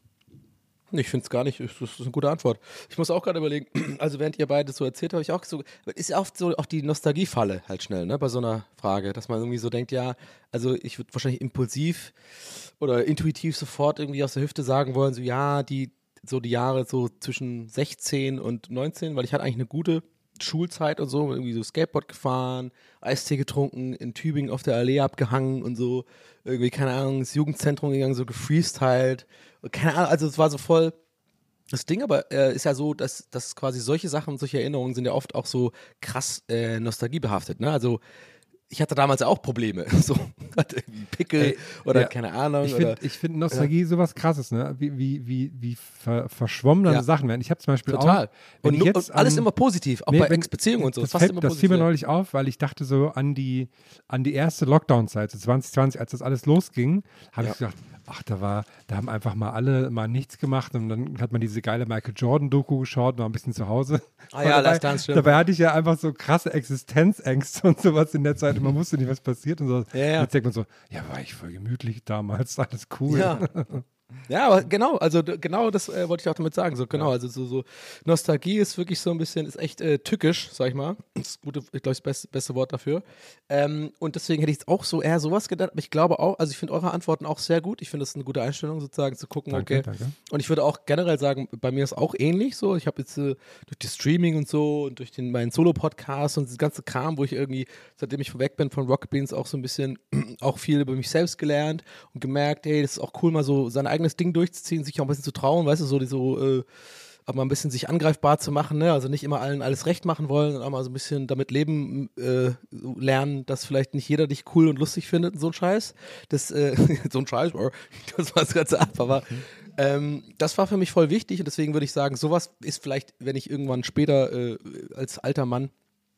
Ich finde es gar nicht, das ist eine gute Antwort. Ich muss auch gerade überlegen, also während ihr beide so erzählt, habe ich auch so, ist ja oft so auch die Nostalgiefalle halt schnell, ne, bei so einer Frage, dass man irgendwie so denkt, ja, also ich würde wahrscheinlich impulsiv oder intuitiv sofort irgendwie aus der Hüfte sagen wollen, so ja, die Jahre so zwischen 16 und 19, weil ich hatte eigentlich eine gute Schulzeit und so, irgendwie so Skateboard gefahren, Eistee getrunken, in Tübingen auf der Allee abgehangen und so, irgendwie, keine Ahnung, ins Jugendzentrum gegangen, so gefreestylt, keine Ahnung, also es war so voll das Ding, aber ist ja so, dass quasi solche Sachen, solche Erinnerungen sind ja oft auch so krass nostalgiebehaftet, ne, also ich hatte damals auch Probleme, so hatte irgendwie Pickel oder ja, keine Ahnung. Ich finde Nostalgie sowas Krasses, ne? Wie verschwommen dann Sachen werden. Ich habe zum Beispiel total. auch, wenn Und, ich jetzt alles immer positiv, auch bei Ex-Beziehungen und so. Das fast immer fiel positiv. mir neulich auf, weil ich dachte so an die erste Lockdown-Zeit, so 2020, als das alles losging, habe ich gedacht, ach, da haben einfach mal alle mal nichts gemacht und dann hat man diese geile Michael Jordan-Doku geschaut, war ein bisschen zu Hause. Ah ja, Last Dance, stimmt. Dabei hatte ich ja einfach so krasse Existenzängste und sowas in der Zeit und man wusste nicht, was passiert und so. Ja. Jetzt denkt man so, ja, war ich voll gemütlich damals, alles cool. Ja. Ja, aber genau, also genau das wollte ich auch damit sagen. So genau, also so Nostalgie ist wirklich so ein bisschen, ist echt tückisch, sag ich mal. Das ist gute, ich glaube, das beste Wort dafür. Und deswegen hätte ich jetzt auch so eher sowas gedacht, aber ich glaube auch, also ich finde eure Antworten auch sehr gut. Ich finde das ist eine gute Einstellung, sozusagen zu gucken, Danke, okay. danke. Und ich würde auch generell sagen, bei mir ist auch ähnlich so. Ich habe jetzt durch das Streaming und so und durch meinen Solo-Podcast und das ganze Kram, wo ich irgendwie, seitdem ich weg bin von Rocket Beans, auch so ein bisschen auch viel über mich selbst gelernt und gemerkt, hey, das ist auch cool, mal so sein eigenes Ding durchzuziehen, sich auch ein bisschen zu trauen, weißt du, aber ein bisschen sich angreifbar zu machen, ne? Also nicht immer allen alles recht machen wollen, sondern auch mal so ein bisschen damit leben, lernen, dass vielleicht nicht jeder dich cool und lustig findet und so ein Scheiß. Das, so ein Scheiß, das war das Ganze ab, aber das war für mich voll wichtig und deswegen würde ich sagen, sowas ist vielleicht, wenn ich irgendwann später als alter Mann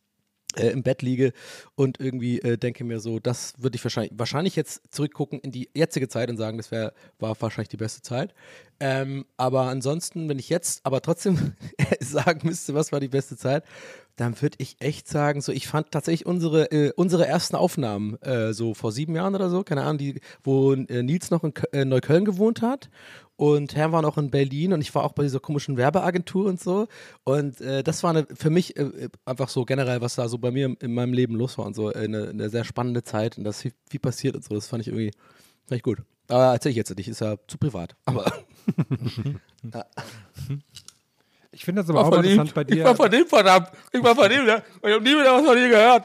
im Bett liege und irgendwie denke mir so, das würde ich wahrscheinlich jetzt zurückgucken in die jetzige Zeit und sagen, das war wahrscheinlich die beste Zeit. Aber ansonsten, wenn ich jetzt aber trotzdem sagen müsste, was war die beste Zeit, dann würde ich echt sagen, so ich fand tatsächlich unsere ersten Aufnahmen so vor 7 Jahren oder so, keine Ahnung, wo Nils noch in Neukölln gewohnt hat und Herr war noch in Berlin und ich war auch bei dieser komischen Werbeagentur und so und das war für mich einfach so generell, was da so bei mir in meinem Leben los war und so, eine sehr spannende Zeit und da ist viel passiert und so, das fand ich gut. Aber erzähle ich jetzt nicht, ist ja zu privat, aber Ich finde das aber auch interessant bei dir. Ich war von dem, verdammt. Ich war von dem, ja. Ich habe nie wieder was von dir gehört.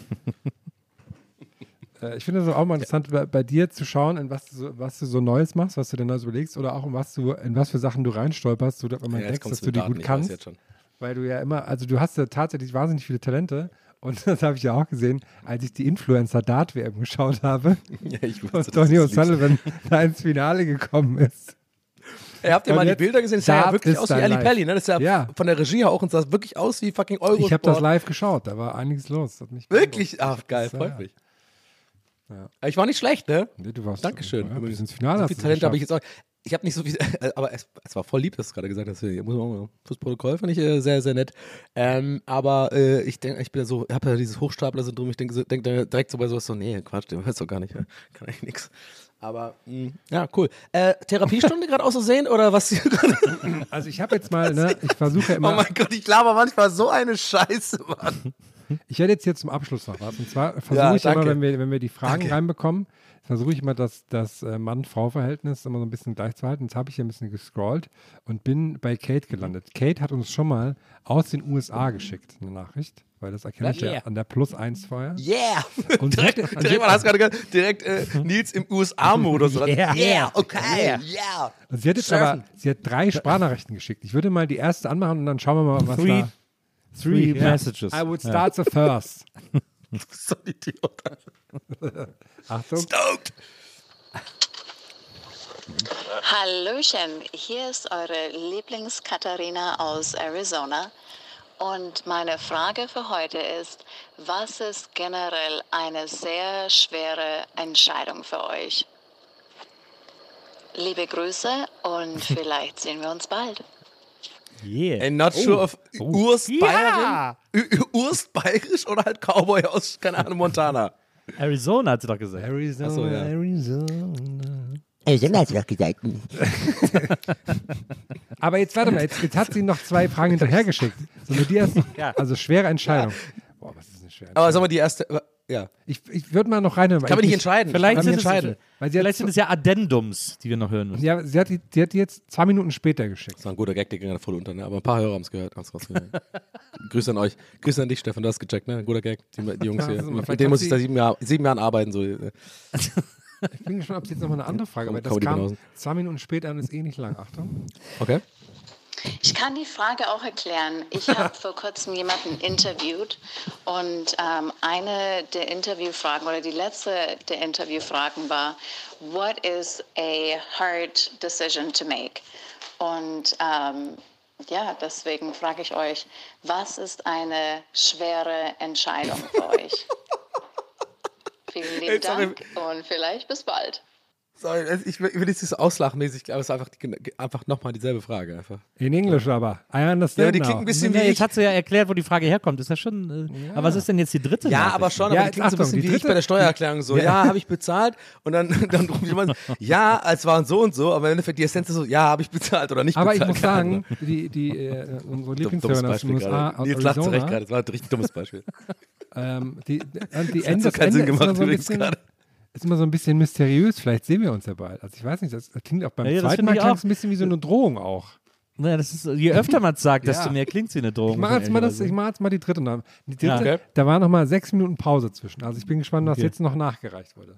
Ich finde das auch mal interessant, bei dir zu schauen, in was du so Neues machst, was du dir Neues überlegst oder auch in was für Sachen du reinstolperst, so dass man entdeckst, dass du die gut kannst. Weil du ja immer, also du hast ja tatsächlich wahnsinnig viele Talente und das habe ich ja auch gesehen, als ich die Influencer-Dart-WM geschaut habe Ja, ich wusste, und Tony O'Sullivan da ins Finale gekommen ist. Ey, habt ihr mal die Bilder gesehen? Das sah ja wirklich aus wie Ali live. Pelli, ne? Das ist ja von der Regie her auch und sah wirklich aus wie fucking Eurosport. Ich habe das live geschaut, da war einiges los. Hat mich wirklich? Ach, geil, freut mich. Ja. Ich war nicht schlecht, ne? Nee, du warst Dankeschön. Ja, bis ins Finale So hast viel du Talent habe ich geschafft. jetzt auch. Ich habe nicht so viel, aber es war voll lieb, dass du gerade gesagt hast. Muss man auch, fürs Protokoll fand ich sehr, sehr nett. Aber ich denke, ich bin ja so, habe ja dieses Hochstapler-Syndrom. Ich denke direkt so bei sowas so, nee, Quatsch, den weiß doch gar nicht. Kann eigentlich nix. Aber, ja, cool. Therapiestunde gerade auszusehen oder was? Also ich habe jetzt mal, ne, ich versuche ja immer. Oh mein Gott, ich laber manchmal so eine Scheiße, Mann. Ich werde jetzt hier zum Abschluss noch was. Und zwar versuche ich immer, wenn wir die Fragen reinbekommen, versuche ich immer das Mann-Frau-Verhältnis immer so ein bisschen gleich zu halten. Jetzt habe ich hier ein bisschen gescrollt und bin bei Kate gelandet. Kate hat uns schon mal aus den USA geschickt, eine Nachricht, weil das erkenne ich ja an der +1 vorher. Yeah! Und direkt, man hast gerade gehört, direkt Nils im USA-Modus. Yeah, okay, yeah. Und sie hat jetzt sie hat 3 Sprachnachrichten geschickt. Ich würde mal die erste anmachen und dann schauen wir mal, was da... Three messages. I would start the first. So ein Idiot. Achtung. Stoked! Hallöchen, hier ist eure Lieblings-Katharina aus Arizona. Und meine Frage für heute ist, was ist generell eine sehr schwere Entscheidung für euch? Liebe Grüße und vielleicht sehen wir uns bald. Yeah. And not sure of Urstbayerisch oder halt Cowboy aus, keine Ahnung, Montana. Arizona hat sie doch gesagt. Arizona, Ach so, ja. Arizona hat sie doch gesagt. Aber jetzt warte mal, jetzt hat sie noch 2 Fragen hinterhergeschickt. So mit die erste, also schwere Entscheidung. Boah, was ist eine schwere Entscheidung? Aber sag mal, die erste, ja. Ich würde mal noch reinhören. Kann man nicht entscheiden. Vielleicht kann sind, nicht entscheiden. Vielleicht sind es ja Addendums, die wir noch hören müssen. Ja, sie hat die jetzt 2 Minuten später geschickt. Das war ein guter Gag, der ging gerade voll unter, ne? Aber ein paar Hörer haben es gehört. Grüße an euch. Grüße an dich, Stefan, du hast gecheckt, ne? Ein guter Gag. Die Jungs hier. Mit denen muss ich seit 7 Jahren arbeiten. So. Ich bin gespannt, ob es jetzt nochmal eine andere Frage, aber das kam 2 Minuten später und ist eh nicht lang. Achtung. Okay. Ich kann die Frage auch erklären. Ich habe vor kurzem jemanden interviewt und eine der Interviewfragen oder die letzte der Interviewfragen war, what is a hard decision to make? Und ja, deswegen frage ich euch, was ist eine schwere Entscheidung für euch? Vielen lieben Dank und vielleicht bis bald. Sorry, ich will jetzt nicht so auslachmäßig, aber es ist einfach nochmal dieselbe Frage. Einfach. In Englisch aber. I understand Ja, die klingt ein bisschen wie jetzt hat sie ja erklärt, wo die Frage herkommt. Ist das schon. Aber was ist denn jetzt die dritte? Ja, Nachricht? aber schon, aber Ja, die klingt so ein bisschen Achtung, wie ich bei der Steuererklärung. So, ja, habe ich bezahlt. Und dann ruft jemand, ja, es waren so und so, aber im Endeffekt die Essenz ist so, ja, habe ich bezahlt oder nicht Aber bezahlt. ich muss sagen, unsere Lieblingshörerin aus den USA, aus Nils lacht zurecht Arizona, gerade, das war ein richtig dummes Beispiel. die Das Ende hat so keinen Sinn gemacht ist immer so ein übrigens bisschen, gerade. ist immer so ein bisschen mysteriös. Vielleicht sehen wir uns ja bald. Also ich weiß nicht, das klingt auch beim Ja, das zweiten finde Mal ich klang auch. es ein bisschen wie so eine Drohung auch. Naja, das ist, je öfter man es sagt, desto Ja. mehr klingt sie eine Drohung. Ich mache jetzt mal die dritte. Die dritte, Ja. Okay. Da war noch mal 6 Minuten Pause zwischen. Also ich bin gespannt, was jetzt noch nachgereicht wurde.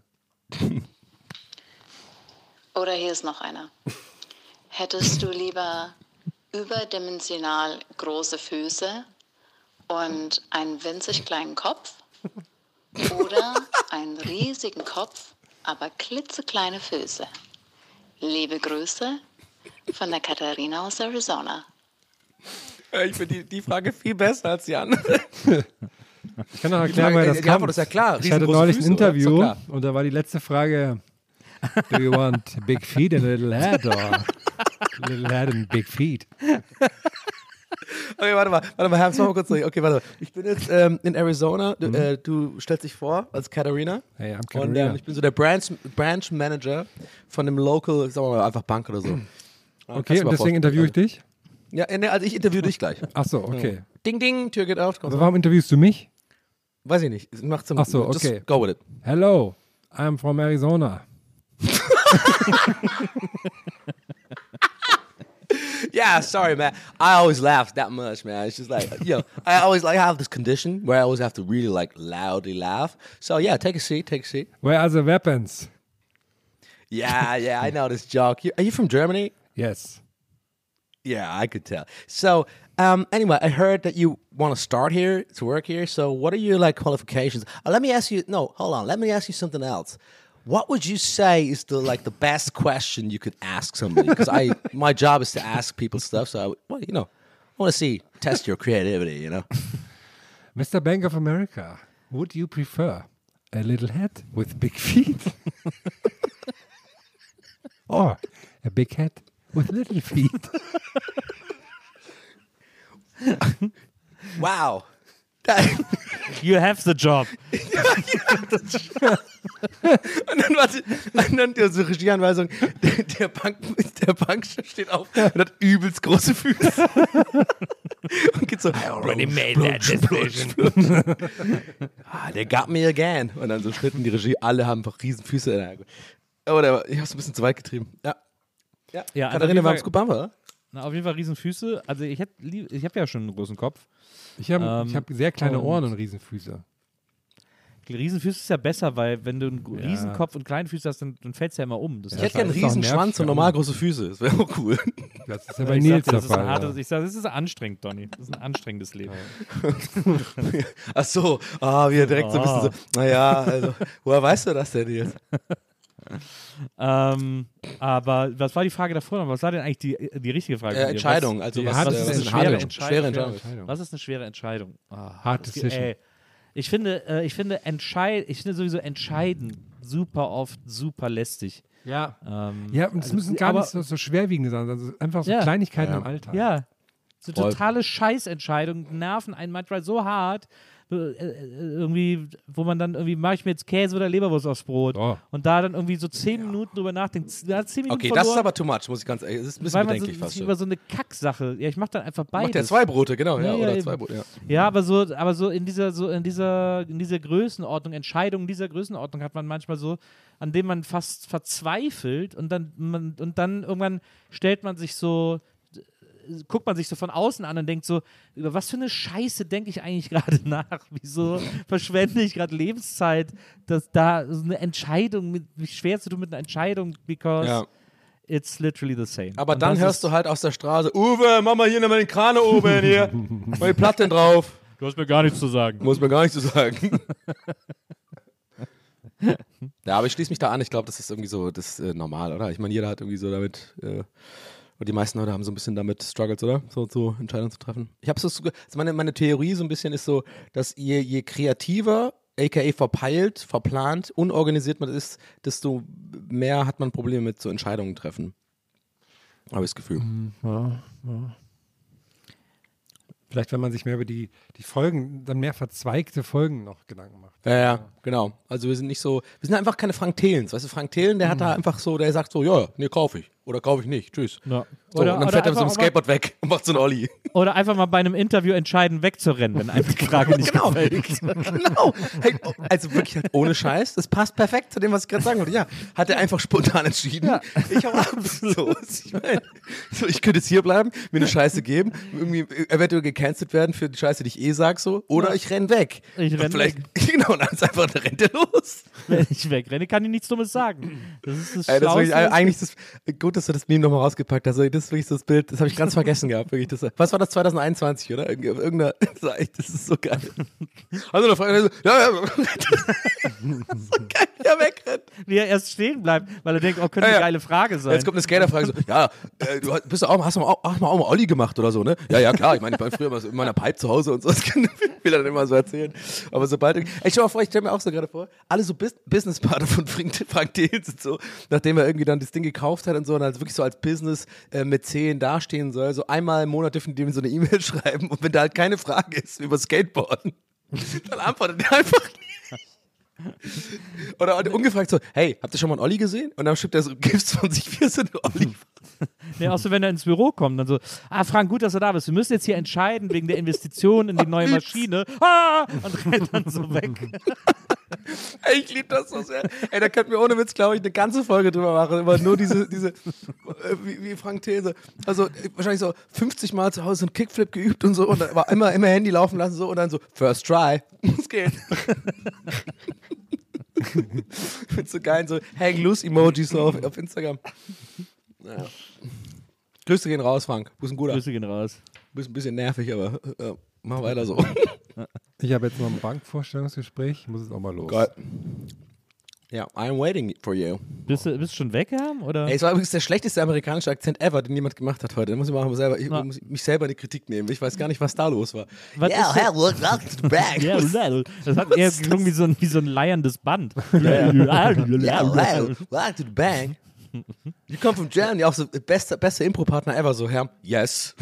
Oder hier ist noch einer. Hättest du lieber überdimensional große Füße und einen winzig kleinen Kopf oder einen riesigen Kopf, aber klitzekleine Füße? Liebe Grüße von der Katharina aus Arizona. Ich finde die Frage viel besser als die andere. Ich kann noch erklären, weil das die kam. Antwort ist ja klar. Ich hatte Riesengroße neulich ein Füße, oder? Interview Ist doch klar. und da war die letzte Frage: Do you want big feet and a little head or little head and big feet? Okay, warte mal, Herr, mal kurz durch. Okay, warte mal. Ich bin jetzt in Arizona. Du stellst dich vor als Katharina. Hey, I'm Und Katharina. ich bin so der Branch Manager von einem Local, sagen wir mal, einfach Bank oder so. Okay, und deswegen interviewe ich dich? Ja, nee, also ich interviewe dich gleich. Ach so, okay. Ding, ding, Tür geht auf. Aber warum interviewst du mich? Weiß ich nicht. Macht zum, Ach so, okay. Just go with it. Hello, I'm from Arizona. Yeah, sorry, man. I always laugh that much, man. It's just like, I always have this condition where I always have to really loudly laugh. So yeah, take a seat. Where are the weapons? Yeah, I know this joke. Are you from Germany? Yes. Yeah, I could tell. So, anyway, I heard that you want to start here, to work here. So what are your qualifications? Let me ask you something else. What would you say is the best question you could ask somebody? Because my job is to ask people stuff. So, I want to test your creativity, Mr. Bank of America, would you prefer a little head with big feet? Or A big cat with little feet. Wow. You have the job. Und dann so Regieanweisung, der Bankchef steht auf und hat übelst große Füße. Und geht so, already made that decision. Der got me again. Und dann so schnitten die Regie, alle haben einfach riesen Füße. Aber ich hab's ein bisschen zu weit getrieben. Ja, Katharina Warmskup-Bammer. Auf jeden Fall riesen Füße. Also ich hab ja schon einen großen Kopf. Ich hab sehr kleine Ohren und Riesenfüße. Riesenfüße ist ja besser, weil wenn du einen Riesenkopf und kleine Füße hast, dann fällt es ja immer um. Ich hätte gerne einen Riesenschwanz und normal große Füße. Das wäre auch cool. Das ist ja bei Nils der Fall. Ich sage, das ist anstrengend, Donny. Das ist ein anstrengendes Leben. Ach so, wie er direkt so ein bisschen so, naja, also, woher weißt du das denn jetzt? Aber was war die Frage davor noch? Was war denn eigentlich die richtige Frage? Entscheidung. Was ist eine schwere Entscheidung? Was ist eine schwere Entscheidung? Hard Decision. Ich finde sowieso entscheiden super oft super lästig. Ja. Und es müssen gar nicht so schwerwiegende sein, also einfach so Kleinigkeiten im Alltag. Ja. So totale Scheißentscheidungen nerven einen manchmal so hart. Irgendwie, wo man dann irgendwie, mache ich mir jetzt Käse oder Leberwurst aufs Brot und da dann irgendwie so 10 Minuten drüber nachdenkt. 10 Minuten okay, verloren, das ist aber too much, muss ich ganz ehrlich, das ist ein bisschen bedenklich fast. Über so eine Kacksache. Ja, ich mache dann einfach beides. Macht ja 2 Brote, genau, oder 2 Brote, Ja, aber so in dieser Größenordnung, Entscheidungen dieser Größenordnung hat man manchmal so, an dem man fast verzweifelt und dann irgendwann guckt man sich so von außen an und denkt so, über was für eine Scheiße denke ich eigentlich gerade nach? Wieso verschwende ich gerade Lebenszeit, dass da so eine Entscheidung, mich schwer zu tun mit einer Entscheidung, because it's literally the same. Aber dann hörst du halt aus der Straße, Uwe, mach mal hier nochmal den Kran oben hier, mal die Platte drauf. Du hast mir gar nichts zu sagen. Muss mir gar nichts zu sagen. Ja, aber ich schließe mich da an, ich glaube, das ist irgendwie so, das ist normal, oder? Ich meine, jeder hat irgendwie so damit... Und die meisten Leute haben so ein bisschen damit struggles, oder? So Entscheidungen zu treffen. Ich habe so, also meine Theorie so ein bisschen ist so, dass je kreativer, aka verplant, unorganisiert man ist, desto mehr hat man Probleme mit so Entscheidungen treffen. Habe ich das Gefühl. Ja. Vielleicht, wenn man sich mehr über die Folgen, dann mehr verzweigte Folgen noch Gedanken macht. Ja, genau. Also wir sind einfach keine Frank Thelens. Weißt du, Frank Thelen, der hat da einfach so, der sagt so, kaufe ich. Oder kaufe ich nicht. Tschüss. Ja. So, und dann fährt er mit so einem Skateboard weg und macht so einen Olli. Oder einfach mal bei einem Interview entscheiden, wegzurennen, wenn einem die Frage nicht gefällt. Genau. Hey, also wirklich halt ohne Scheiß. Das passt perfekt zu dem, was ich gerade sagen wollte. Ja, hat er einfach spontan entschieden. Ja. Ich hau ab. Ich könnte jetzt hier bleiben, mir eine Scheiße geben, irgendwie eventuell gecancelt werden für die Scheiße, die ich sage so. Oder ich renn weg. Genau, dann ist einfach eine Rente los. Wenn ich wegrenne, kann ich nichts Dummes sagen. Das ist das Schlauste. Eigentlich gut, dass du das Meme nochmal rausgepackt hast. Das ist wirklich so das Bild, das habe ich ganz vergessen gehabt. Wirklich, was war das, 2021, oder? Das ist so geil. Also eine Frage, so geil, wie er wegrennt. Wie er erst stehen bleibt, weil er denkt, könnte eine geile Frage sein. Jetzt kommt eine Skaterfrage so, hast du auch mal Olli gemacht oder so, ne? Ja, klar, ich meine, ich war früher in meiner Pipe zu Hause und so, das will er dann immer so erzählen. Aber sobald, ich stell mir auch so gerade vor, alle so Businesspartner von Frank Thelen sind so, nachdem er irgendwie dann das Ding gekauft hat und so, und halt wirklich so als Business mit 10 dastehen soll, so einmal im Monat dürfen die dem so eine E-Mail schreiben und wenn da halt keine Frage ist über Skateboarden, dann antwortet er einfach nicht. Oder ungefragt so, hey, habt ihr schon mal einen Olli gesehen? Und dann schreibt er so Gifts von sich, wie ist denn ein Olli? Nee, auch so, wenn er ins Büro kommt, dann so, Frank, gut, dass du da bist. Wir müssen jetzt hier entscheiden wegen der Investition in die neue Maschine. Und rennt dann so weg. Ey, ich liebe das so sehr. Ey, da könnten wir ohne Witz, glaube ich, eine ganze Folge drüber machen. Immer nur diese wie Frank These. Also wahrscheinlich so 50 Mal zu Hause einen Kickflip geübt und so. Und dann war immer Handy laufen lassen so und dann so, first try. Es geht. Mit so geilen so Hang Loose Emojis so auf Instagram. Naja. Grüße gehen raus, Frank. Du bist ein guter. Grüße gehen raus. Du bist ein bisschen nervig, aber mach weiter so. Ich habe jetzt noch ein Bankvorstellungsgespräch. Ich muss jetzt auch mal los. Geil. Ja, I'm waiting for you. Bist du schon weg, oder? Ey, es war übrigens der schlechteste amerikanische Akzent ever, den jemand gemacht hat heute. Da muss ich muss mich selber in die Kritik nehmen. Ich weiß gar nicht, was da los war. Das hat eher gelungen wie so ein leierndes Band. Welcome to the bank. You come from Germany, auch so beste Impro-Partner ever, so, Herr. Yes.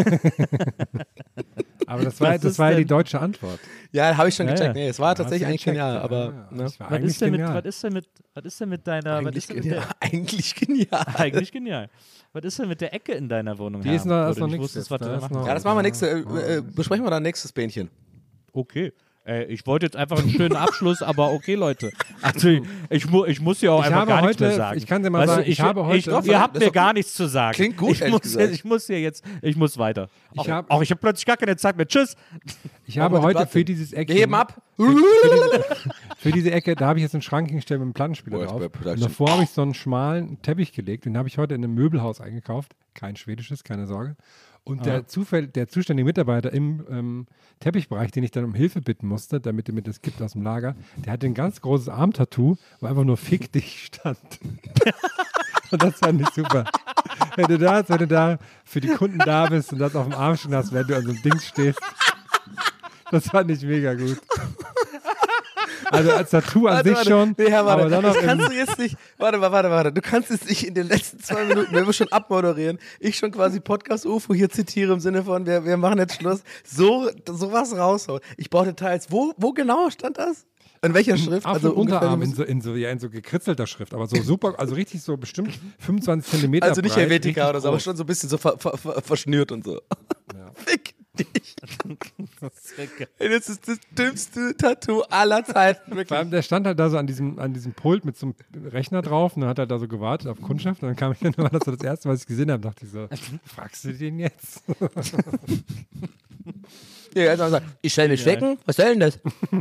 Aber das war ja die deutsche Antwort. Ja, habe ich schon gecheckt. Ja. Nee, es war tatsächlich eigentlich genial, aber Ja, ne? das war Was eigentlich ist denn genial. mit deiner... Eigentlich genial. Eigentlich genial. Eigentlich genial. Was ist denn mit der Ecke in deiner Wohnung? Die ist Herr, noch- wo ist du noch nicht nichts wusstest, jetzt, was du da da ist machen noch- Ja, das machen wir nächste, besprechen wir dann nächstes Bähnchen. Okay. Ich wollte jetzt einfach einen schönen Abschluss, aber okay, Leute. Also ich muss ja auch Ich einfach habe gar nichts heute- mehr sagen. ich kann dir mal Weißt du, sagen, ich habe heute- ihr habt Das mir ist doch gar gut. nichts zu sagen. Klingt gut, ehrlich gesagt. Ich muss weiter. Ich hab- Ich habe plötzlich gar keine Zeit mehr. Tschüss. Ich habe wir die heute Platte. für dieses Eck. Wir heben ab. Für diese Ecke, da habe ich jetzt einen Schrank hingestellt mit einem Plattenspieler Boah, drauf. bei Und Production. davor habe ich so einen schmalen Teppich gelegt. Den habe ich heute in einem Möbelhaus eingekauft. Kein schwedisches, keine Sorge. Und der zuständige Mitarbeiter im Teppichbereich, den ich dann um Hilfe bitten musste, damit er mir das gibt aus dem Lager, der hatte ein ganz großes Armtattoo, wo einfach nur Fick dich stand. Und das fand ich super. Wenn du da für die Kunden da bist und das auf dem Arm stehen hast, wenn du an so einem Ding stehst. Das fand ich mega gut. Also als Tattoo an sich schon, Nee, Herr, warte, aber dann noch das kannst du jetzt nicht, warte. Du kannst jetzt nicht in den letzten 2 Minuten, wenn wir schon abmoderieren, ich schon quasi Podcast-UFO hier zitiere im Sinne von, wir machen jetzt Schluss, sowas raushauen. Ich brauche Details. Wo genau stand das? In welcher Schrift? Auf dem Unterarm in so gekritzelter Schrift, aber so super, also richtig so bestimmt 25 Zentimeter Also nicht breit, Helvetica richtig oder so, aber groß. schon so ein bisschen so verschnürt und so. Fick dich. Ey, das ist das dümmste Tattoo aller Zeiten. Vor Wirklich. allem, der stand halt da so an diesem Pult mit so einem Rechner drauf und dann hat er da so gewartet auf Kundschaft und dann kam ich dann war das so das erste, was ich gesehen habe, dachte ich so, fragst du den jetzt? Ja, jetzt mal sagen, ich soll mich ficken? Was soll denn das?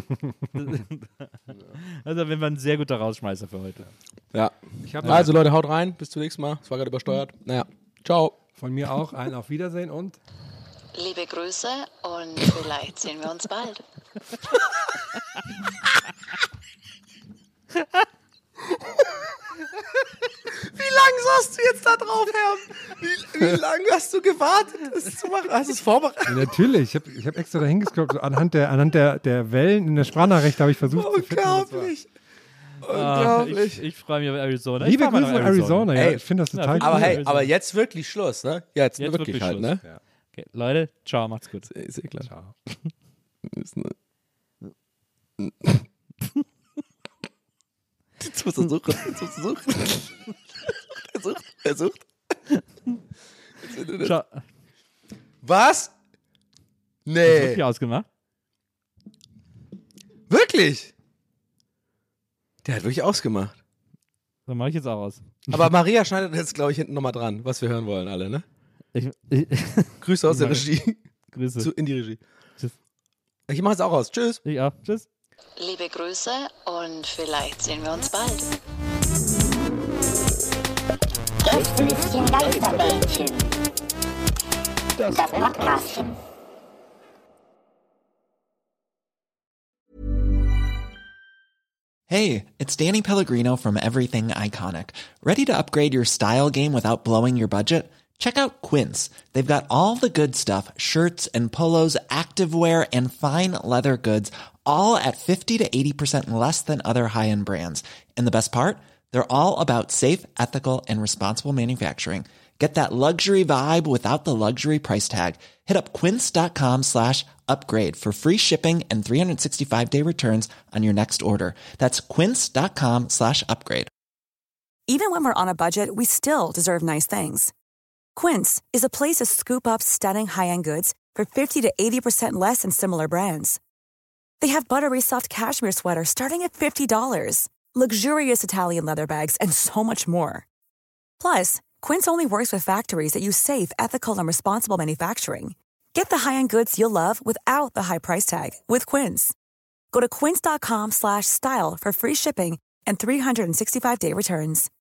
Also auf jeden Fall ein sehr guter Rausschmeißer für heute. Ja. hab Also Leute, haut rein. Bis zum nächsten Mal. Es war gerade übersteuert. Naja. Ciao. Von mir auch ein Auf Wiedersehen und Liebe Grüße und vielleicht sehen wir uns bald. Wie lange saßt du jetzt da drauf, Herr? Wie lange hast du gewartet, das zu machen? Hast du es vorbereitet? ja, natürlich, ich hab extra da hingescrollt, so anhand der Wellen in der Sprachnachricht habe ich versucht zu finden. Unglaublich. Unglaublich. Ich freue mich auf Arizona. Liebe Ich fahr mal Grüße nach nach Arizona, ja, Ey, ich finde das total ja, Aber cool. hey, aber jetzt wirklich Schluss, ne? Jetzt wirklich halt, Schluss. ne? Ja. Okay. Leute, ciao, macht's gut. Ist eh klar. Ciao. Jetzt muss er suchen. Er sucht. Ciao. Was? Hast du Nee. wirklich ausgemacht? Wirklich? Der hat wirklich ausgemacht. Dann mache ich jetzt auch aus. Aber Maria schneidet jetzt, glaube ich, hinten nochmal dran, was wir hören wollen alle, ne? Grüße aus der Regie. Grüße. In die Regie. Tschüss. Ich mache es auch aus. Tschüss. Ich auch. Tschüss. Liebe Grüße und vielleicht sehen wir uns bald. Gästelistchen Geisterbällchen. Das Podcastchen. Hey, it's Danny Pellegrino from Everything Iconic. Ready to upgrade your style game without blowing your budget? Check out Quince. They've got all the good stuff, shirts and polos, activewear, and fine leather goods, all at 50 to 80% less than other high-end brands. And the best part? They're all about safe, ethical, and responsible manufacturing. Get that luxury vibe without the luxury price tag. Hit up quince.com/upgrade for free shipping and 365-day returns on your next order. That's quince.com/upgrade. Even when we're on a budget, we still deserve nice things. Quince is a place to scoop up stunning high-end goods for 50 to 80% less than similar brands. They have buttery soft cashmere sweaters starting at $50, luxurious Italian leather bags, and so much more. Plus, Quince only works with factories that use safe, ethical, and responsible manufacturing. Get the high-end goods you'll love without the high price tag with Quince. Go to quince.com/style for free shipping and 365-day returns.